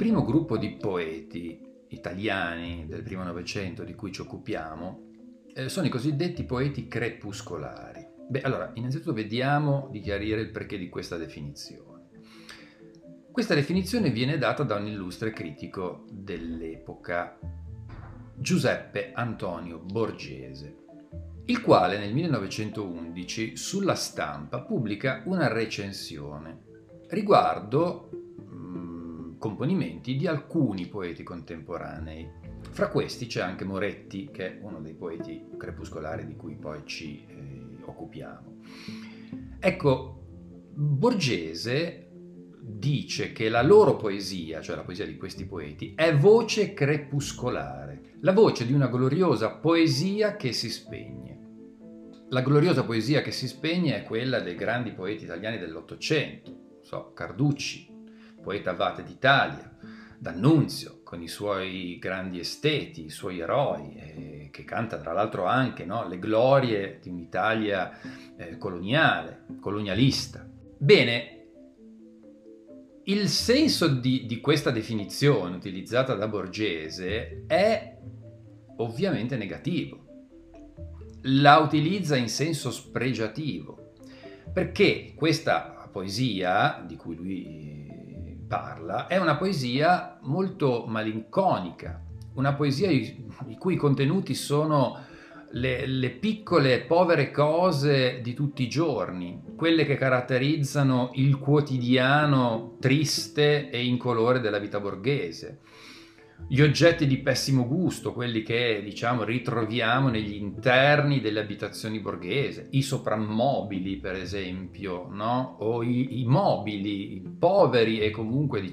primo gruppo di poeti italiani del primo Novecento di cui ci occupiamo sono i cosiddetti poeti crepuscolari. Beh, allora, innanzitutto vediamo di chiarire il perché di questa definizione. Questa definizione viene data da un illustre critico dell'epoca, Giuseppe Antonio Borgese, il quale nel 1911 sulla Stampa pubblica una recensione riguardo componimenti di alcuni poeti contemporanei. Fra questi c'è anche Moretti, che è uno dei poeti crepuscolari di cui poi ci occupiamo. Ecco, Borgese dice che la loro poesia, cioè la poesia di questi poeti, è voce crepuscolare, la voce di una gloriosa poesia che si spegne. La gloriosa poesia che si spegne è quella dei grandi poeti italiani dell'Ottocento, Carducci, poeta Vate d'Italia, D'Annunzio, con i suoi grandi esteti, i suoi eroi, che canta tra l'altro anche, no, le glorie di un'Italia colonialista. Bene, il senso di questa definizione utilizzata da Borgese è ovviamente negativo. La utilizza in senso spregiativo, perché questa poesia di cui lui parla è una poesia molto malinconica, una poesia i cui contenuti sono le piccole povere cose di tutti i giorni, quelle che caratterizzano il quotidiano triste e incolore della vita borghese. Gli oggetti di pessimo gusto, quelli che ritroviamo negli interni delle abitazioni borghese, i soprammobili per esempio, no? O i mobili poveri e comunque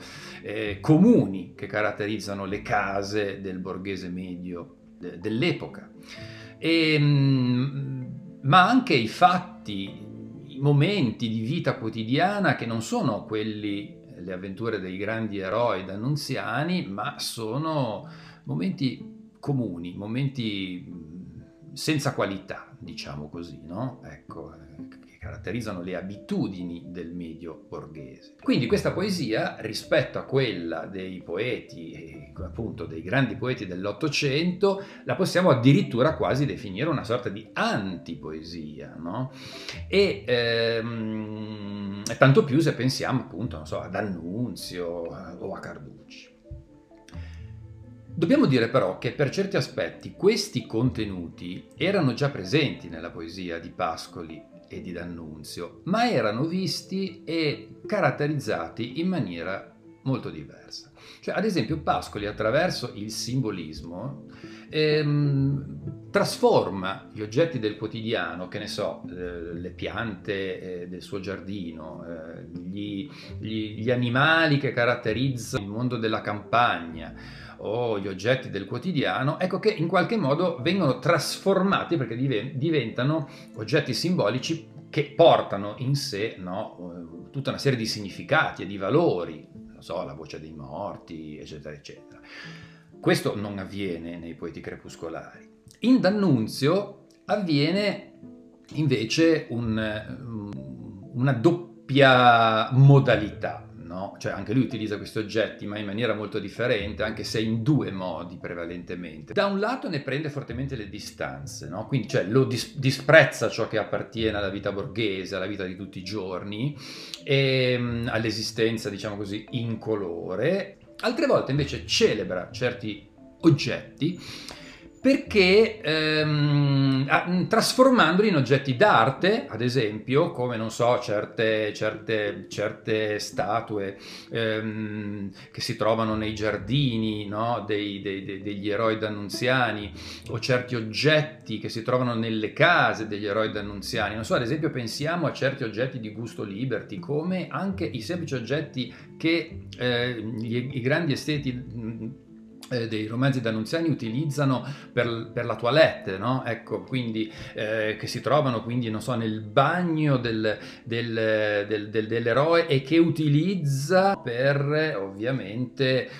comuni che caratterizzano le case del borghese medio dell'epoca. Ma anche i fatti, i momenti di vita quotidiana che non sono le avventure dei grandi eroi d'annunziani, ma sono momenti comuni, momenti senza qualità, diciamo così, no? Ecco, che caratterizzano le abitudini del medio borghese. Quindi questa poesia, rispetto a quella dei poeti, appunto dei grandi poeti dell'Ottocento, la possiamo addirittura quasi definire una sorta di antipoesia, no? E tanto più se pensiamo appunto, ad D'Annunzio o a Carducci. Dobbiamo dire però che per certi aspetti questi contenuti erano già presenti nella poesia di Pascoli e di D'Annunzio, ma erano visti e caratterizzati in maniera molto diversa. Cioè, ad esempio, Pascoli, attraverso il simbolismo, trasforma gli oggetti del quotidiano, che ne so, le piante del suo giardino, gli animali che caratterizzano il mondo della campagna, o gli oggetti del quotidiano, ecco che in qualche modo vengono trasformati perché diventano oggetti simbolici che portano in sé, no, tutta una serie di significati e di valori, la voce dei morti, eccetera, eccetera. Questo non avviene nei poeti crepuscolari. In D'Annunzio avviene invece una doppia modalità. No? Cioè anche lui utilizza questi oggetti ma in maniera molto differente, anche se in due modi prevalentemente. Da un lato ne prende fortemente le distanze, no? Quindi lo disprezza ciò che appartiene alla vita borghese, alla vita di tutti i giorni, e all'esistenza, diciamo così, incolore. Altre volte invece celebra certi oggetti perché trasformandoli in oggetti d'arte, ad esempio, come certe statue che si trovano nei giardini, no? degli eroi d'annunziani, o certi oggetti che si trovano nelle case degli eroi d'annunziani. Ad esempio pensiamo a certi oggetti di Gusto Liberty, come anche i semplici oggetti che i grandi esteti dei romanzi d'Annunziani utilizzano per la toilette, no? Ecco, quindi che si trovano quindi, non so, nel bagno dell'eroe e che utilizza per ovviamente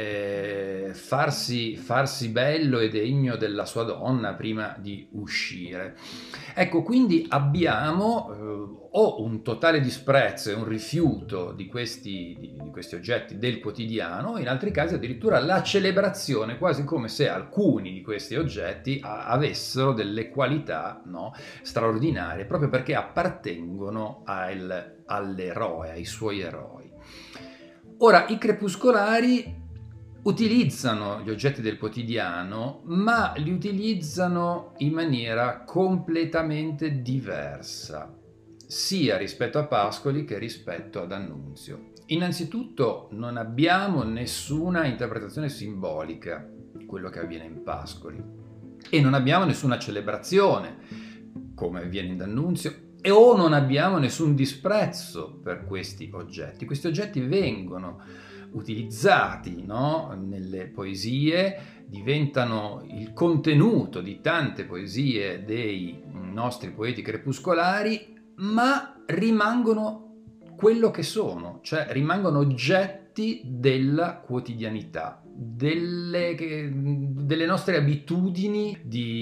farsi bello e degno della sua donna prima di uscire. Ecco, quindi abbiamo o un totale disprezzo e un rifiuto di questi oggetti del quotidiano, in altri casi addirittura la celebrazione, quasi come se alcuni di questi oggetti avessero delle qualità, no, straordinarie, proprio perché appartengono all'eroe, ai suoi eroi. Ora, i crepuscolari utilizzano gli oggetti del quotidiano, ma li utilizzano in maniera completamente diversa, sia rispetto a Pascoli che rispetto ad Annunzio. Innanzitutto non abbiamo nessuna interpretazione simbolica di quello che avviene in Pascoli e non abbiamo nessuna celebrazione come avviene in D'Annunzio o non abbiamo nessun disprezzo per questi oggetti. Questi oggetti vengono utilizzati, no, nelle poesie, diventano il contenuto di tante poesie dei nostri poeti crepuscolari, ma rimangono quello che sono, cioè rimangono oggetti della quotidianità, delle nostre abitudini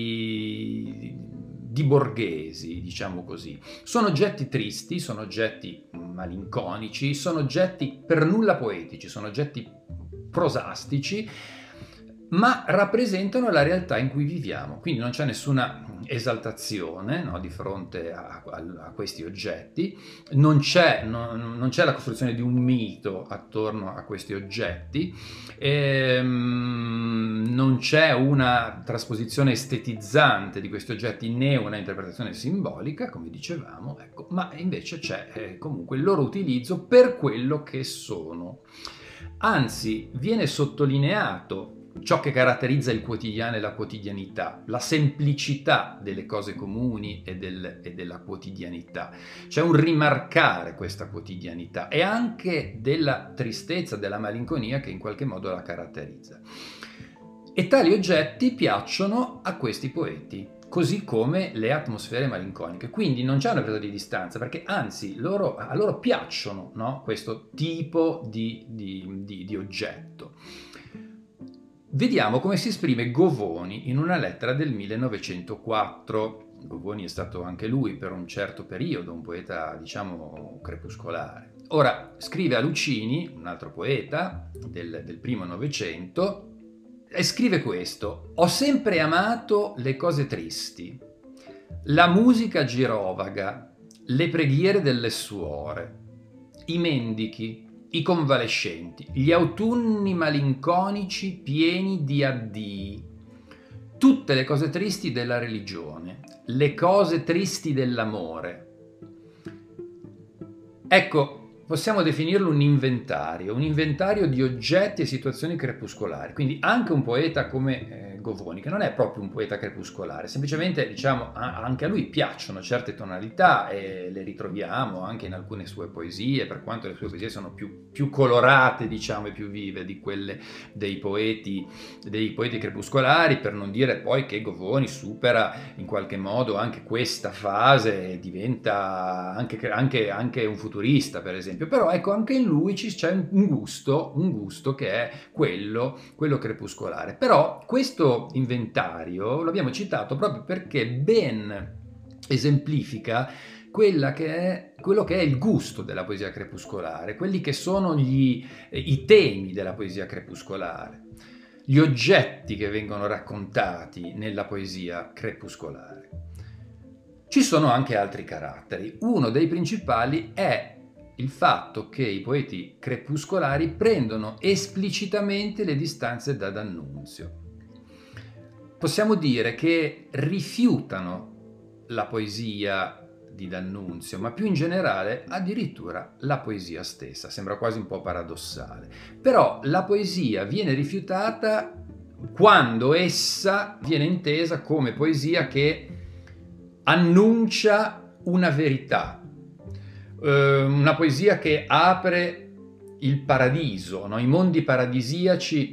di borghesi, diciamo così. Sono oggetti tristi, sono oggetti malinconici, sono oggetti per nulla poetici, sono oggetti prosastici, ma rappresentano la realtà in cui viviamo, quindi non c'è nessuna esaltazione, no, di fronte a questi oggetti, non c'è la costruzione di un mito attorno a questi oggetti, non c'è una trasposizione estetizzante di questi oggetti né una interpretazione simbolica, come dicevamo, ecco, ma invece c'è comunque il loro utilizzo per quello che sono. Anzi, viene sottolineato ciò che caratterizza il quotidiano e la quotidianità, la semplicità delle cose comuni e della quotidianità. C'è un rimarcare questa quotidianità e anche della tristezza, della malinconia che in qualche modo la caratterizza. E tali oggetti piacciono a questi poeti, così come le atmosfere malinconiche. Quindi non c'è una presa di distanza, perché anzi a loro piacciono, no, questo tipo di oggetto. Vediamo come si esprime Govoni in una lettera del 1904. Govoni è stato anche lui per un certo periodo un poeta, diciamo, crepuscolare. Ora, scrive a Lucini, un altro poeta del primo Novecento, e scrive questo: «Ho sempre amato le cose tristi, la musica girovaga, le preghiere delle suore, i mendichi, i convalescenti, gli autunni malinconici pieni di addii, tutte le cose tristi della religione, le cose tristi dell'amore». Ecco, possiamo definirlo un inventario di oggetti e situazioni crepuscolari. Quindi anche un poeta come Govoni, che non è proprio un poeta crepuscolare, semplicemente, diciamo, anche a lui piacciono certe tonalità e le ritroviamo anche in alcune sue poesie, per quanto le sue poesie sono più colorate, diciamo, e più vive di quelle dei poeti crepuscolari, per non dire poi che Govoni supera in qualche modo anche questa fase e diventa anche un futurista, per esempio. Però ecco, anche in lui c'è un gusto che è quello crepuscolare. Però questo inventario l'abbiamo citato proprio perché ben esemplifica quello che è il gusto della poesia crepuscolare, quelli che sono i temi della poesia crepuscolare, gli oggetti che vengono raccontati nella poesia crepuscolare. Ci sono anche altri caratteri. Uno dei principali è il fatto che i poeti crepuscolari prendono esplicitamente le distanze da D'Annunzio. Possiamo dire che rifiutano la poesia di D'Annunzio, ma più in generale addirittura la poesia stessa. Sembra quasi un po' paradossale. Però la poesia viene rifiutata quando essa viene intesa come poesia che annuncia una verità, una poesia che apre il paradiso, no? I mondi paradisiaci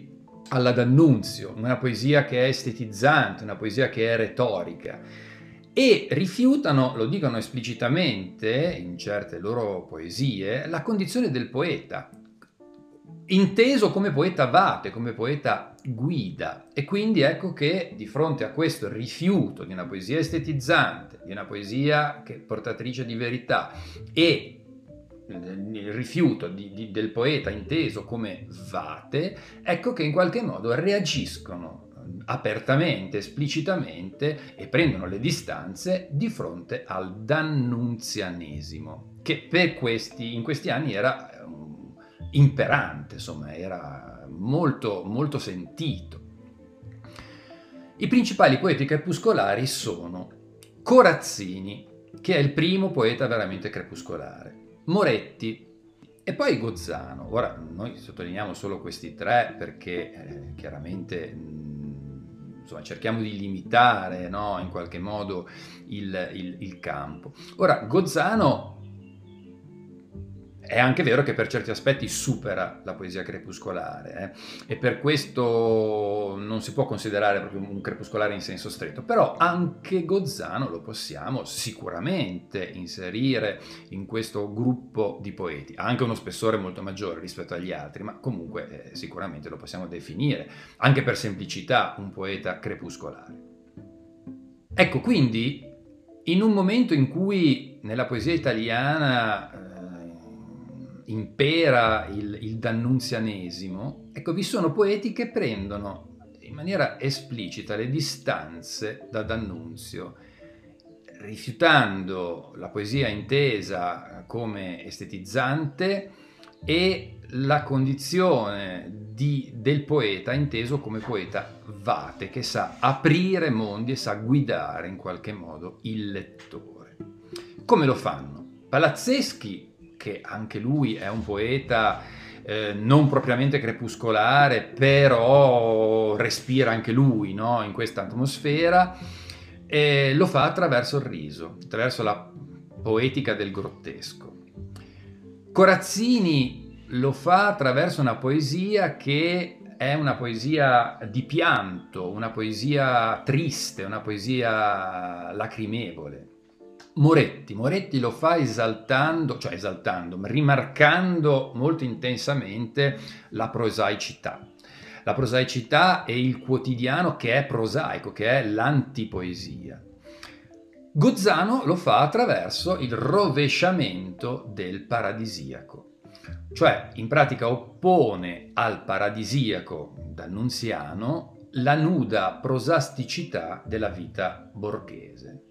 alla D'Annunzio, una poesia che è estetizzante, una poesia che è retorica, e rifiutano, lo dicono esplicitamente in certe loro poesie, la condizione del poeta, inteso come poeta vate, come poeta guida. E quindi ecco che di fronte a questo rifiuto di una poesia estetizzante, di una poesia che è portatrice di verità, e il rifiuto del poeta inteso come vate, ecco che in qualche modo reagiscono apertamente, esplicitamente, e prendono le distanze di fronte al dannunzianesimo, che in questi anni era imperante, insomma, era molto, molto sentito. I principali poeti crepuscolari sono Corazzini, che è il primo poeta veramente crepuscolare, Moretti e poi Gozzano. Ora noi sottolineiamo solo questi tre perché chiaramente insomma, cerchiamo di limitare, no, in qualche modo il campo. Ora, Gozzano è anche vero che per certi aspetti supera la poesia crepuscolare, e per questo non si può considerare proprio un crepuscolare in senso stretto, però anche Gozzano lo possiamo sicuramente inserire in questo gruppo di poeti. Ha anche uno spessore molto maggiore rispetto agli altri, ma comunque sicuramente lo possiamo definire, anche per semplicità, un poeta crepuscolare. Ecco, quindi, in un momento in cui nella poesia italiana impera il dannunzianesimo, ecco, vi sono poeti che prendono in maniera esplicita le distanze da D'Annunzio, rifiutando la poesia intesa come estetizzante e la condizione del poeta inteso come poeta vate, che sa aprire mondi e sa guidare in qualche modo il lettore. Come lo fanno? Palazzeschi, che anche lui è un poeta non propriamente crepuscolare, però respira anche lui, no, in questa atmosfera, e lo fa attraverso il riso, attraverso la poetica del grottesco. Corazzini lo fa attraverso una poesia che è una poesia di pianto, una poesia triste, una poesia lacrimevole. Moretti lo fa esaltando, rimarcando molto intensamente la prosaicità. La prosaicità e il quotidiano che è prosaico, che è l'antipoesia. Gozzano lo fa attraverso il rovesciamento del paradisiaco, cioè in pratica oppone al paradisiaco d'annunziano la nuda prosasticità della vita borghese.